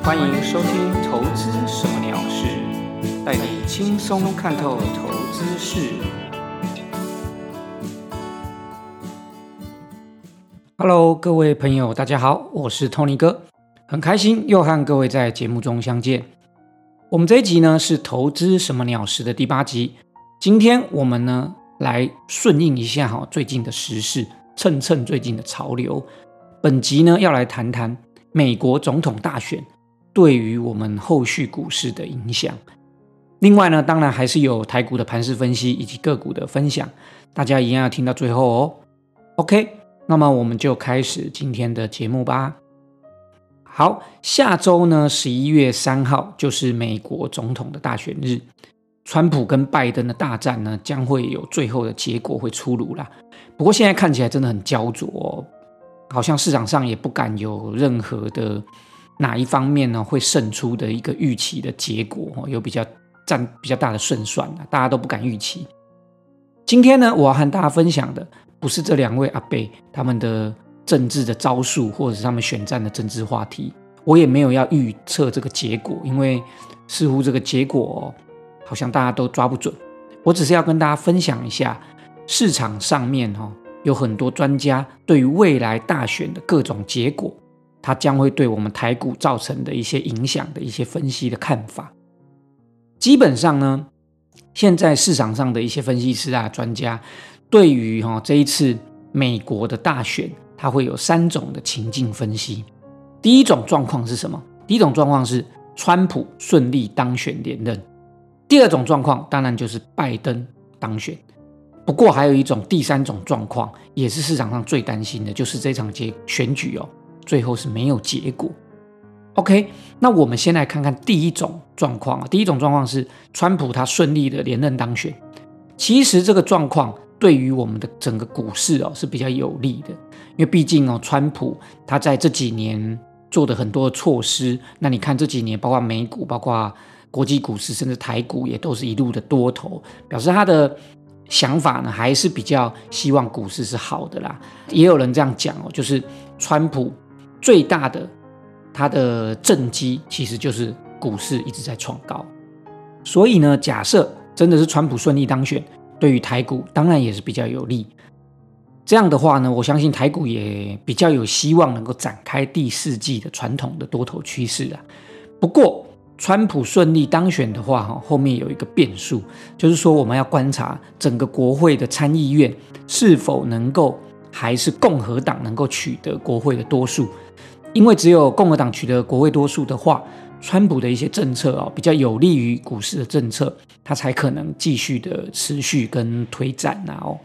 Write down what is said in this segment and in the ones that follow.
欢迎收听《投资什么鸟事》，带你轻松看透投资事。Hello， 各位朋友，大家好，我是 Tony 哥，很开心又和各位在节目中相见。我们这一集呢是《投资什么鸟事》的第8集，今天我们呢来顺应一下最近的时事，蹭最近的潮流。本集呢要来谈谈美国总统大选对于我们后续股市的影响。另外呢，当然还是有台股的盘势分析以及个股的分享，大家一样要听到最后哦。OK， 那么我们就开始今天的节目吧。好，下周呢11月3号就是美国总统的大选日，川普跟拜登的大战呢将会有最后的结果会出炉啦。不过现在看起来真的很焦灼哦，好像市场上也不敢有任何的哪一方面呢会胜出的一个预期的结果，有占比较大的胜算，大家都不敢预期。今天呢，我要和大家分享的不是这两位阿伯他们的政治的招数，或者是他们选战的政治话题，我也没有要预测这个结果，因为似乎这个结果好像大家都抓不准。我只是要跟大家分享一下市场上面有很多专家对于未来大选的各种结果，它将会对我们台股造成的一些影响的一些分析的看法。基本上呢，现在市场上的一些分析师专家对于这一次美国的大选，它会有3种的情境分析。第一种状况是什么？第一种状况是川普顺利当选连任。第二种状况当然就是拜登当选。不过还有一种第3种状况，也是市场上最担心的，就是这场选举最后是没有结果。OK， 那我们先来看看第一种状况。第一种状况是川普他顺利的连任当选。其实这个状况对于我们的整个股市是比较有利的，因为毕竟川普他在这几年做的很多的措施，那你看这几年包括美股，包括国际股市，甚至台股也都是一路的多头，表示他的想法呢还是比较希望股市是好的啦。也有人这样讲就是川普最大的他的政绩其实就是股市一直在创高。所以呢，假设真的是川普顺利当选，对于台股当然也是比较有利。这样的话呢，我相信台股也比较有希望能够展开第4季的传统的多头趋势啦。不过川普顺利当选的话，后面有一个变数，就是说我们要观察整个国会的参议院是否能够还是共和党能够取得国会的多数。因为只有共和党取得国会多数的话，川普的一些政策比较有利于股市的政策，它才可能继续的持续跟推展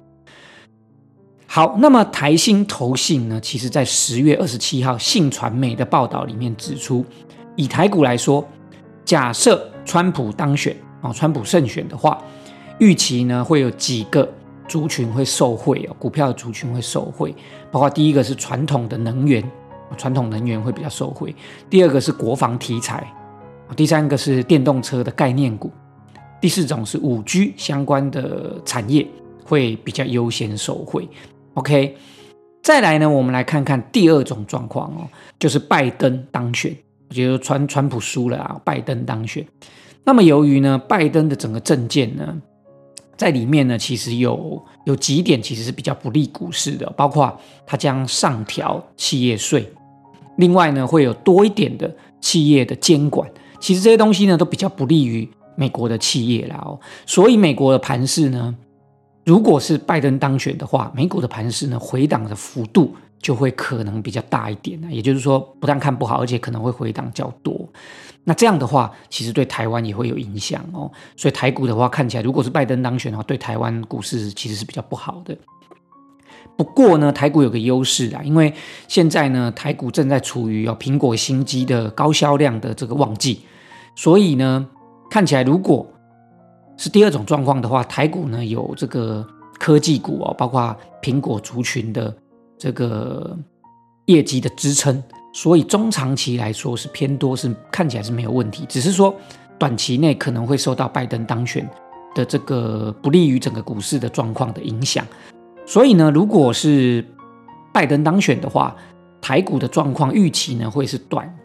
好，那么台新投信呢，其实在10月27号信传媒的报道里面指出，以台股来说，假设川普当选，川普胜选的话，预期呢会有几个族群会受惠，股票的族群会受惠，包括第一个是传统的能源，传统能源会比较受惠，第二个是国防题材，第3个是电动车的概念股，第4种是 5G 相关的产业会比较优先受惠。OK， 再来呢，我们来看看第2种状况就是拜登当选。我觉得川普输了拜登当选。那么由于呢，拜登的整个政见呢，在里面呢，其实有几点其实是比较不利股市的，包括他将上调企业税，另外呢会有多一点的企业的监管，其实这些东西呢都比较不利于美国的企业啦所以美国的盘势呢，如果是拜登当选的话，美股的盘势呢回档的幅度就会可能比较大一点，也就是说不但看不好，而且可能会回档较多。那这样的话其实对台湾也会有影响所以台股的话看起来如果是拜登当选的话，对台湾股市其实是比较不好的。不过呢，台股有个优势因为现在呢台股正在处于苹果新机的高销量的这个旺季，所以呢看起来如果是第2种状况的话，台股呢有这个科技股包括苹果族群的这个业绩的支撑，所以中长期来说是偏多，是看起来是没有问题，只是说短期内可能会受到拜登当选的这个不利于整个股市的状况的影响。所以呢，如果是拜登当选的话，台股的状况预期呢会是短空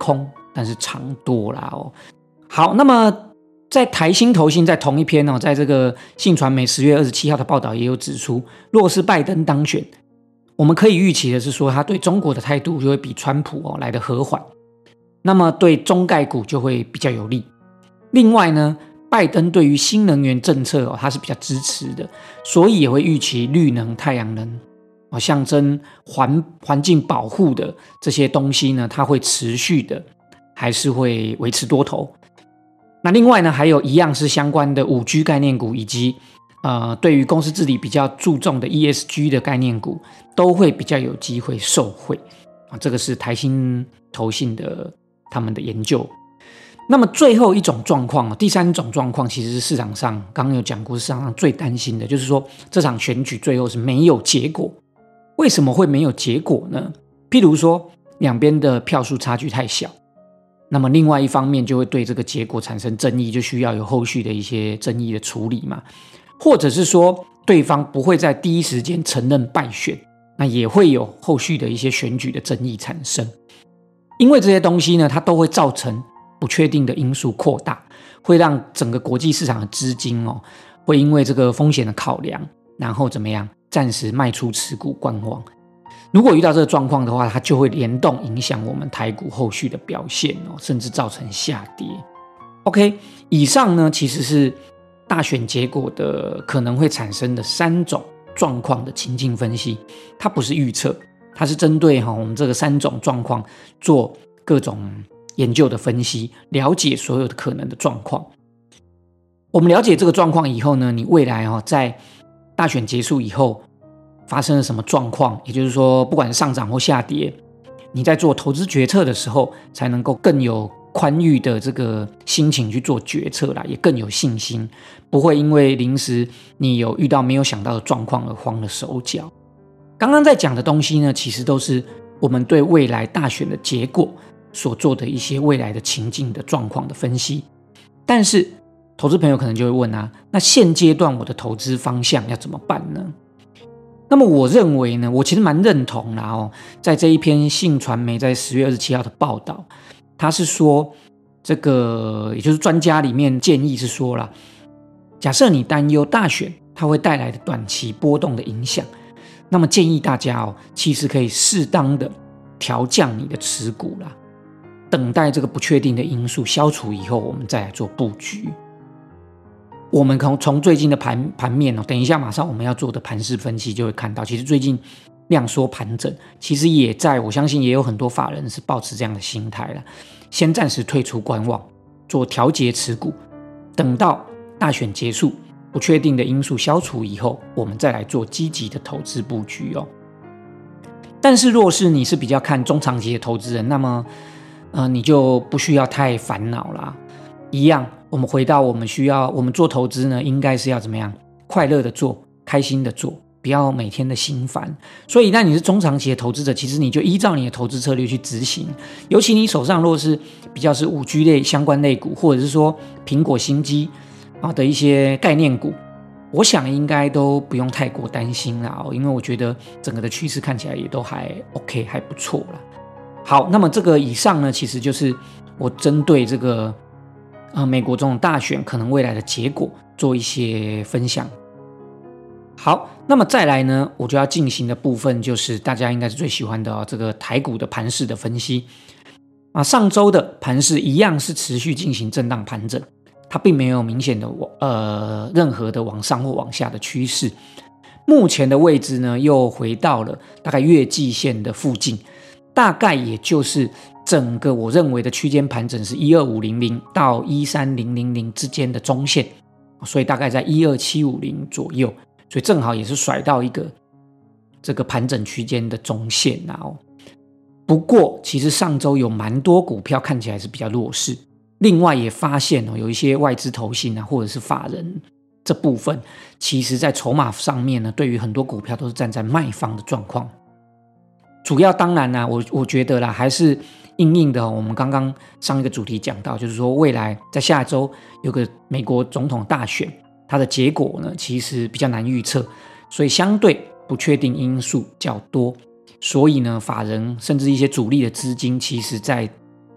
但是长多啦哦。好，那么在台新投信在同一篇哦，在这个信传媒10月27号的报道也有指出，若是拜登当选，我们可以预期的是说，他对中国的态度就会比川普来得和缓，那么对中概股就会比较有利。另外呢，拜登对于新能源政策他是比较支持的，所以也会预期绿能、太阳能象征环境保护的这些东西呢，它会持续的还是会维持多头。那另外呢，还有一样是相关的 5G 概念股，以及对于公司治理比较注重的 ESG 的概念股，都会比较有机会受惠这个是台新投信的他们的研究。那么最后一种状况，第三种状况，其实是市场上刚刚有讲过，市场上最担心的就是说，这场选举最后是没有结果。为什么会没有结果呢？譬如说两边的票数差距太小，那么另外一方面就会对这个结果产生争议，就需要有后续的一些争议的处理嘛。或者是说对方不会在第一时间承认败选，那也会有后续的一些选举的争议产生。因为这些东西呢，它都会造成不确定的因素扩大，会让整个国际市场的资金会因为这个风险的考量，然后怎么样，暂时卖出持股观望。如果遇到这个状况的话，它就会联动影响我们台股后续的表现甚至造成下跌。OK， 以上呢其实是大选结果的可能会产生的3种状况的情境分析，它不是预测，它是针对我们这个3种状况做各种研究的分析，了解所有的可能的状况。我们了解这个状况以后呢，你未来在大选结束以后发生了什么状况，也就是说不管是上涨或下跌，你在做投资决策的时候才能够更有宽裕的这个心情去做决策啦，也更有信心，不会因为临时你有遇到没有想到的状况而慌了手脚。刚刚在讲的东西呢，其实都是我们对未来大选的结果所做的一些未来的情境的状况的分析。但是投资朋友可能就会问那现阶段我的投资方向要怎么办呢？那么我认为呢，我其实蛮认同啦在这一篇信传媒在10月27号的报道，他是说这个也就是专家里面建议是说啦，假设你担忧大选它会带来的短期波动的影响，那么建议大家其实可以适当的调降你的持股啦，等待这个不确定的因素消除以后，我们再来做布局。我们从最近的盘面等一下马上我们要做的盘势分析就会看到，其实最近量缩盘整，其实我相信也有很多法人是抱持这样的心态啦，先暂时退出观望，做调节持股，等到大选结束，不确定的因素消除以后，我们再来做积极的投资布局但是若是你是比较看中长期的投资人，那么你就不需要太烦恼啦。一样，我们回到我们做投资呢，应该是要怎么样？快乐的做，开心的做，不要每天的心烦。所以，那你是中长期的投资者，其实你就依照你的投资策略去执行。尤其你手上若是比较是5G 类相关类股，或者是说苹果新机的一些概念股，我想应该都不用太过担心啦因为我觉得整个的趋势看起来也都还 OK， 还不错啦。好，那么这个以上呢，其实就是我针对这个美国总统大选可能未来的结果做一些分享。好，那么再来呢，我就要进行的部分就是大家应该是最喜欢的这个台股的盘势的分析上周的盘势一样是持续进行震荡盘整，它并没有明显的任何的往上或往下的趋势。目前的位置呢，又回到了大概月季线的附近，大概也就是整个我认为的区间盘整是12500到13000之间的中线，所以大概在12750左右，所以正好也是甩到一个这个盘整区间的中线不过其实上周有蛮多股票看起来是比较弱势，另外也发现有一些外资投信或者是法人这部分，其实在筹码上面呢，对于很多股票都是站在卖方的状况。主要当然我觉得啦，还是因应的我们刚刚上一个主题讲到，就是说未来在下周有个美国总统大选，它的结果呢其实比较难预测，所以相对不确定因素较多，所以呢法人甚至一些主力的资金其实在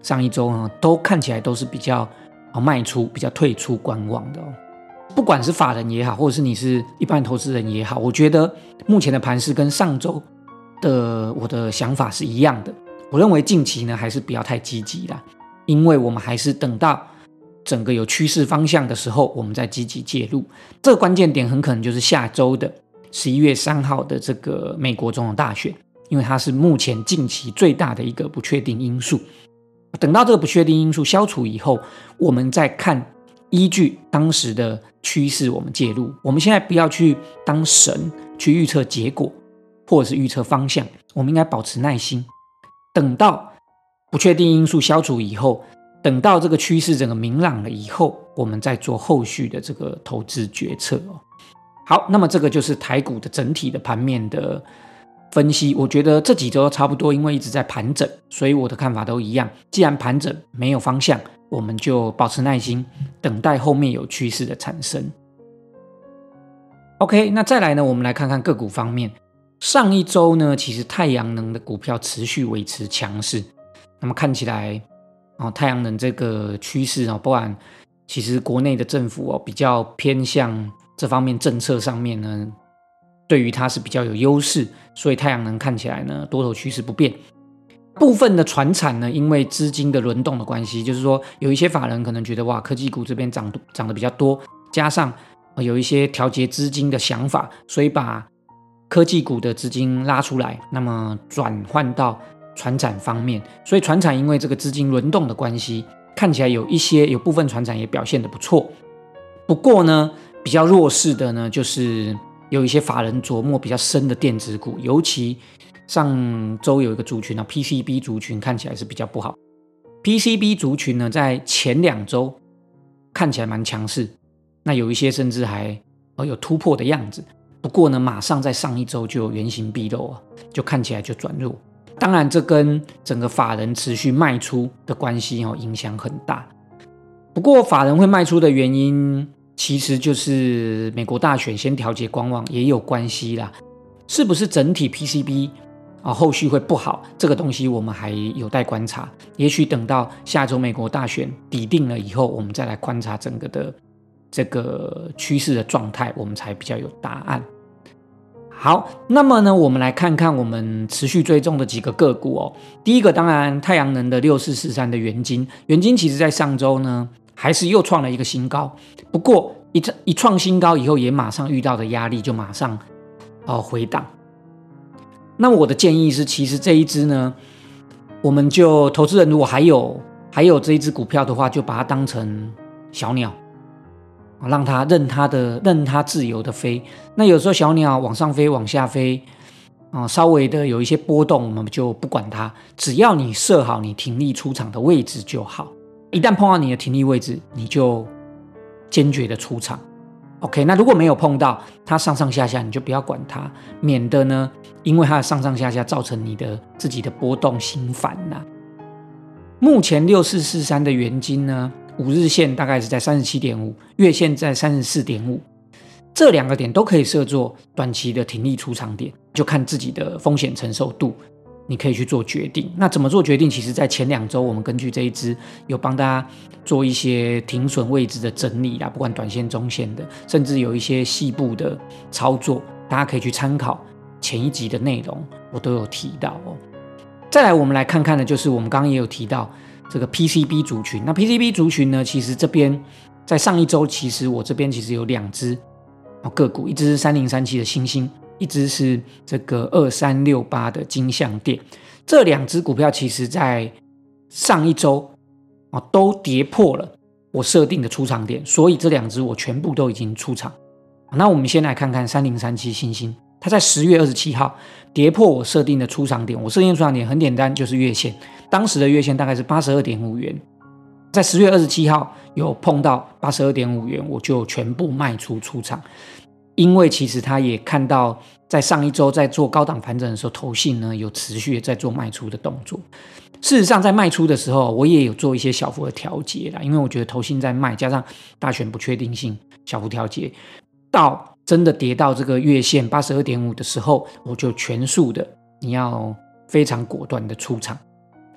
上一周呢，都看起来都是比较卖出、比较退出观望的不管是法人也好，或者是你是一般投资人也好，我觉得目前的盘势跟上周的我的想法是一样的。我认为近期呢还是不要太积极啦，因为我们还是等到整个有趋势方向的时候，我们再积极介入。这个关键点很可能就是下周的11月3号的这个美国总统大选，因为它是目前近期最大的一个不确定因素。等到这个不确定因素消除以后，我们再看依据当时的趋势我们介入。我们现在不要去当神去预测结果或者是预测方向，我们应该保持耐心，等到不确定因素消除以后，等到这个趋势整个明朗了以后，我们再做后续的这个投资决策好，那么这个就是台股的整体的盘面的分析。我觉得这几周差不多，因为一直在盘整，所以我的看法都一样。既然盘整没有方向，我们就保持耐心，等待后面有趋势的产生。OK， 那再来呢，我们来看看个股方面。上一周呢，其实太阳能的股票持续维持强势。那么看起来太阳能这个趋势包含其实国内的政府比较偏向这方面政策上面呢，对于它是比较有优势，所以太阳能看起来呢多头趋势不变。部分的传产呢，因为资金的轮动的关系，就是说有一些法人可能觉得哇，科技股这边涨得比较多，加上有一些调节资金的想法，所以把科技股的资金拉出来，那么转换到传产方面。所以传产因为这个资金轮动的关系，看起来有部分传产也表现得不错。不过呢，比较弱势的呢，就是有一些法人琢磨比较深的电子股，尤其上周有一个族群PCB 族群看起来是比较不好。PCB 族群呢，在前2周看起来蛮强势，那有一些甚至还有突破的样子。不过呢，马上在上一周就有原形毕露就看起来就转弱。当然，这跟整个法人持续卖出的关系影响很大。不过，法人会卖出的原因，其实就是美国大选先调节观望也有关系啦。是不是整体 PCB后续会不好，这个东西我们还有待观察。也许等到下周美国大选底定了以后，我们再来观察整个的这个趋势的状态，我们才比较有答案。好，那么呢，我们来看看我们持续追踪的几个个股第一个当然太阳能的6443的元晶其实在上周呢还是又创了一个新高，不过一创新高以后也马上遇到的压力就马上回档。那我的建议是，其实这一支呢，我们就投资人如果还有这一支股票的话，就把它当成小鸟，让它自由的飞。那有时候小鸟往上飞往下飞稍微的有一些波动，我们就不管它，只要你设好你停利出场的位置就好。一旦碰到你的停利位置，你就坚决的出场。OK， 那如果没有碰到它上上下下，你就不要管它，免得呢因为它的上上下下造成你的自己的波动心烦目前6443的元晶呢，5日线大概是在 37.5， 月线在 34.5， 这2个点都可以设作短期的停利出场点，就看自己的风险承受度，你可以去做决定。那怎么做决定？其实在前2周我们根据这一支有帮大家做一些停损位置的整理不管短线中线的，甚至有一些细部的操作，大家可以去参考前一集的内容，我都有提到再来我们来看看的就是我们刚刚也有提到这个 PCB 族群。那 PCB 族群呢，其实这边在上一周其实我这边其实有2只个股，一只是3037的星星，一只是这个2368的金像电。这2只股票其实在上一周都跌破了我设定的出场点，所以这2只我全部都已经出场。那我们先来看看3037星星，它在10月27号跌破我设定的出场点。我设定的出场点很简单，就是月线，当时的月线大概是 82.5 元，在10月27号有碰到 82.5 元，我就全部卖出出场。因为其实他也看到在上一周在做高档盘整的时候，投信呢有持续在做卖出的动作。事实上在卖出的时候，我也有做一些小幅的调节啦，因为我觉得投信在卖，加上大选不确定性，小幅调节到真的跌到这个月线 82.5 的时候，我就全数的你要非常果断的出场。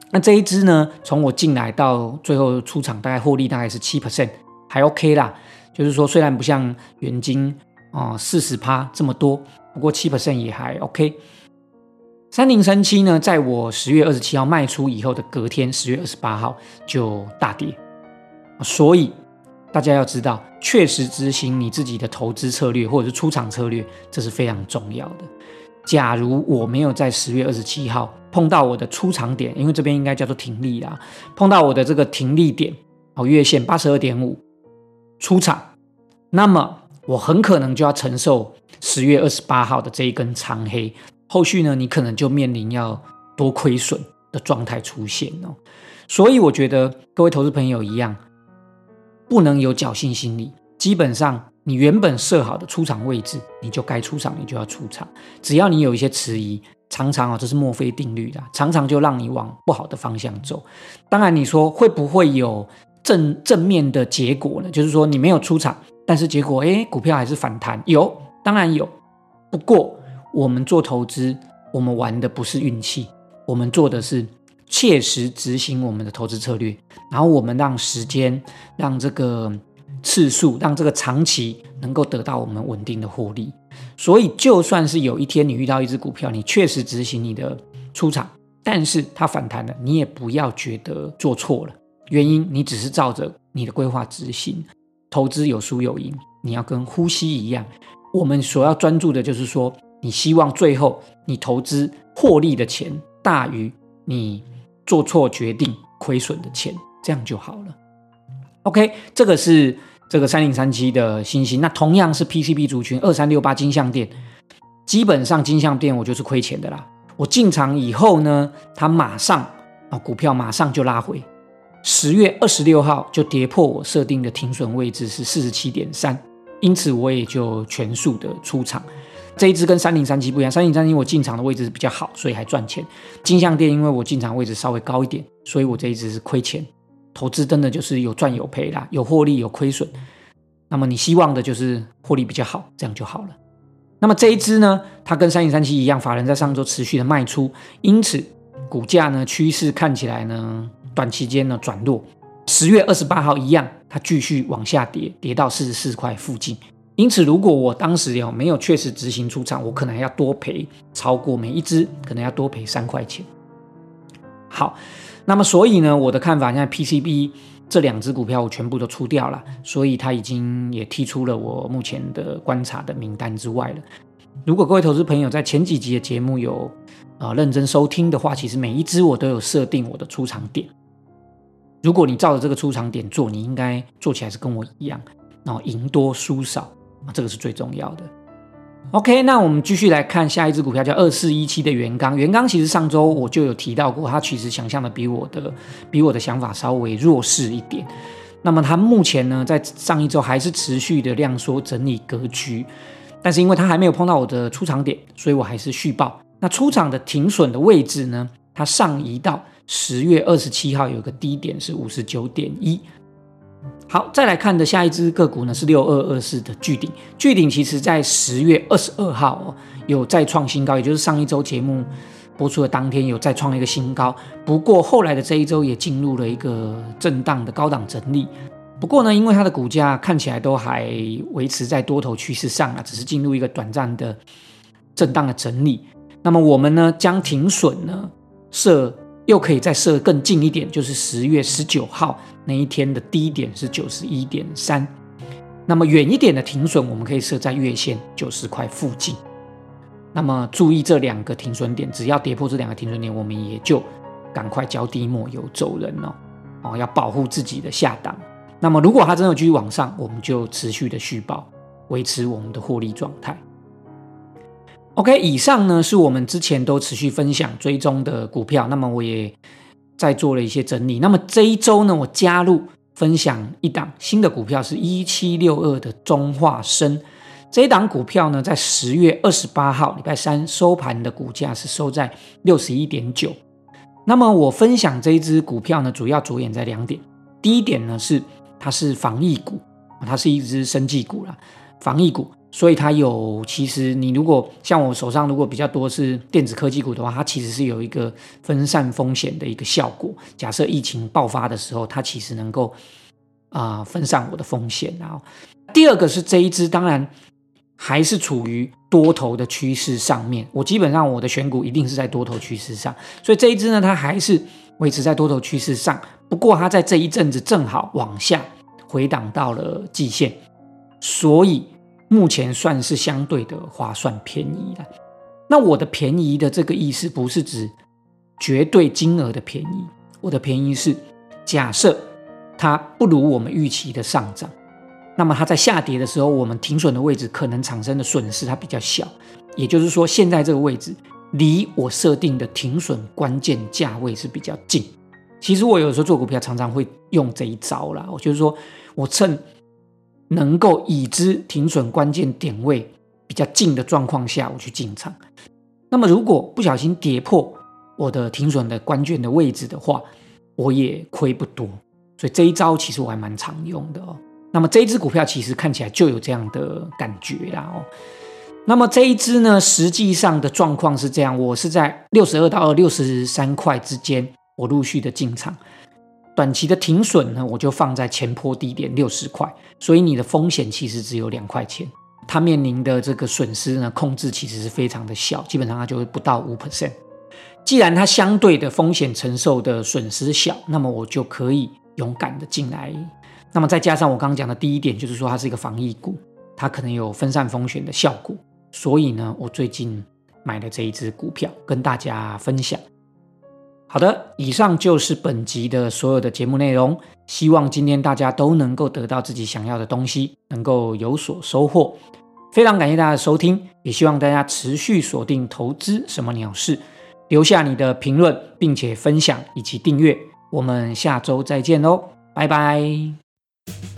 那这一支呢，从我进来到最后出场，大概获利大概是 7%， 还 OK 啦。就是说虽然不像元金40% 这么多，不过 7% 也还 OK。3037呢，在我10月27号卖出以后的隔天10月28号就大跌，所以大家要知道，确实执行你自己的投资策略或者是出场策略，这是非常重要的。假如我没有在10月27号碰到我的出场点，因为这边应该叫做停利啦，碰到我的这个停利点月线 82.5 出场，那么我很可能就要承受10月28号的这一根长黑，后续呢你可能就面临要多亏损的状态出现所以我觉得各位投资朋友一样，不能有侥幸心理，基本上你原本设好的出场位置，你就该出场你就要出场，只要你有一些迟疑，常常这是墨菲定律啦，常常就让你往不好的方向走。当然你说会不会有正面的结果呢？就是说你没有出场，但是结果股票还是反弹，有，当然有。不过我们做投资，我们玩的不是运气，我们做的是切实执行我们的投资策略，然后我们让时间，让这个次数，让这个长期能够得到我们稳定的获利。所以就算是有一天你遇到一只股票，你确实执行你的出场，但是它反弹了，你也不要觉得做错了，原因你只是照着你的规划执行。投资有输有赢，你要跟呼吸一样，我们所要专注的就是说，你希望最后你投资获利的钱大于你做错决定亏损的钱，这样就好了。OK， 这个是这个3037的星星。那同样是 PCB 族群2368金像电，基本上金像电我就是亏钱的啦。我进场以后呢，它马上股票马上就拉回，10月26号就跌破我设定的停损位置是 47.3， 因此我也就全数的出场。这一支跟3037不一样，3037我进场的位置是比较好，所以还赚钱。金像电因为我进场位置稍微高一点，所以我这一支是亏钱。投资真的就是有赚有赔啦，有获利有亏损。那么你希望的就是获利比较好，这样就好了。那么这一支呢，它跟3037一样，法人在上周持续的卖出，因此股价呢趋势看起来呢短期间呢转弱。10月28号一样，它继续往下跌，跌到44块附近。因此如果我当时没有确实执行出场，我可能要多赔超过每一支可能要多赔3块钱。好，那么所以呢，我的看法现在 PCB 这2只股票我全部都出掉了，所以它已经也剔出了我目前的观察的名单之外了。如果各位投资朋友在前几集的节目有认真收听的话，其实每一只我都有设定我的出场点。如果你照着这个出场点做，你应该做起来是跟我一样，然后赢多输少，这个是最重要的。OK， 那我们继续来看下一只股票，叫2417的元刚。元刚其实上周我就有提到过，它其实想象的比我的想法稍微弱势一点。那么它目前呢，在上一周还是持续的量缩整理格局，但是因为它还没有碰到我的出场点，所以我还是续报。那出场的停损的位置呢，它上移到10月27号有个低点是 59.1。好，再来看的下一只个股呢是6224的巨鼎。巨鼎其实在10月22号有再创新高，也就是上一周节目播出的当天有再创一个新高。不过后来的这一周也进入了一个震荡的高档整理。不过呢，因为它的股价看起来都还维持在多头趋势上只是进入一个短暂的震荡的整理。那么我们呢将停损呢又可以再设更近一点，就是10月19号那一天的低点是 91.3， 那么远一点的停损我们可以设在月线90块附近。那么注意这2个停损点，只要跌破这2个停损点，我们也就赶快脚底抹油走人要保护自己的下档。那么如果它真的继续往上，我们就持续的续报，维持我们的获利状态。OK， 以上呢是我们之前都持续分享追踪的股票，那么我也再做了一些整理。那么这一周呢，我加入分享一档新的股票是1762的中化生。这一档股票呢，在10月28号礼拜三收盘的股价是收在 61.9。那么我分享这一支股票呢，主要着眼在2点。第一点呢是它是防疫股，它是一支生技股啦，防疫股。 所以它有，其实你如果像我手上如果比较多是电子科技股的话，它其实是有一个分散风险的一个效果。假设疫情爆发的时候，它其实能够分散我的风险。然后第二个是这一支，当然还是处于多头的趋势上面，我基本上我的选股一定是在多头趋势上，所以这一支呢，它还是维持在多头趋势上，不过它在这一阵子正好往下回档到了季线，所以目前算是相对的划算便宜了。那我的便宜的这个意思不是指绝对金额的便宜，我的便宜是假设它不如我们预期的上涨，那么它在下跌的时候，我们停损的位置可能产生的损失它比较小，也就是说现在这个位置离我设定的停损关键价位是比较近。其实我有时候做股票常常会用这一招啦，我就是说我趁能够已知停损关键点位比较近的状况下我去进场，那么如果不小心跌破我的停损的关键的位置的话，我也亏不多，所以这一招其实我还蛮常用的哦。那么这一支股票其实看起来就有这样的感觉啦哦。那么这一支呢，实际上的状况是这样，我是在62到63块之间我陆续的进场，短期的停损呢我就放在前波低点60块，所以你的风险其实只有2块钱，它面临的这个损失呢控制其实是非常的小，基本上它就会不到 5%。 既然它相对的风险承受的损失小，那么我就可以勇敢的进来。那么再加上我刚刚讲的第一点，就是说它是一个防疫股，它可能有分散风险的效果，所以呢我最近买了这一支股票跟大家分享。好的，以上就是本集的所有的节目内容，希望今天大家都能够得到自己想要的东西，能够有所收获。非常感谢大家的收听，也希望大家持续锁定投资什么鸟事，留下你的评论，并且分享以及订阅。我们下周再见咯，拜拜。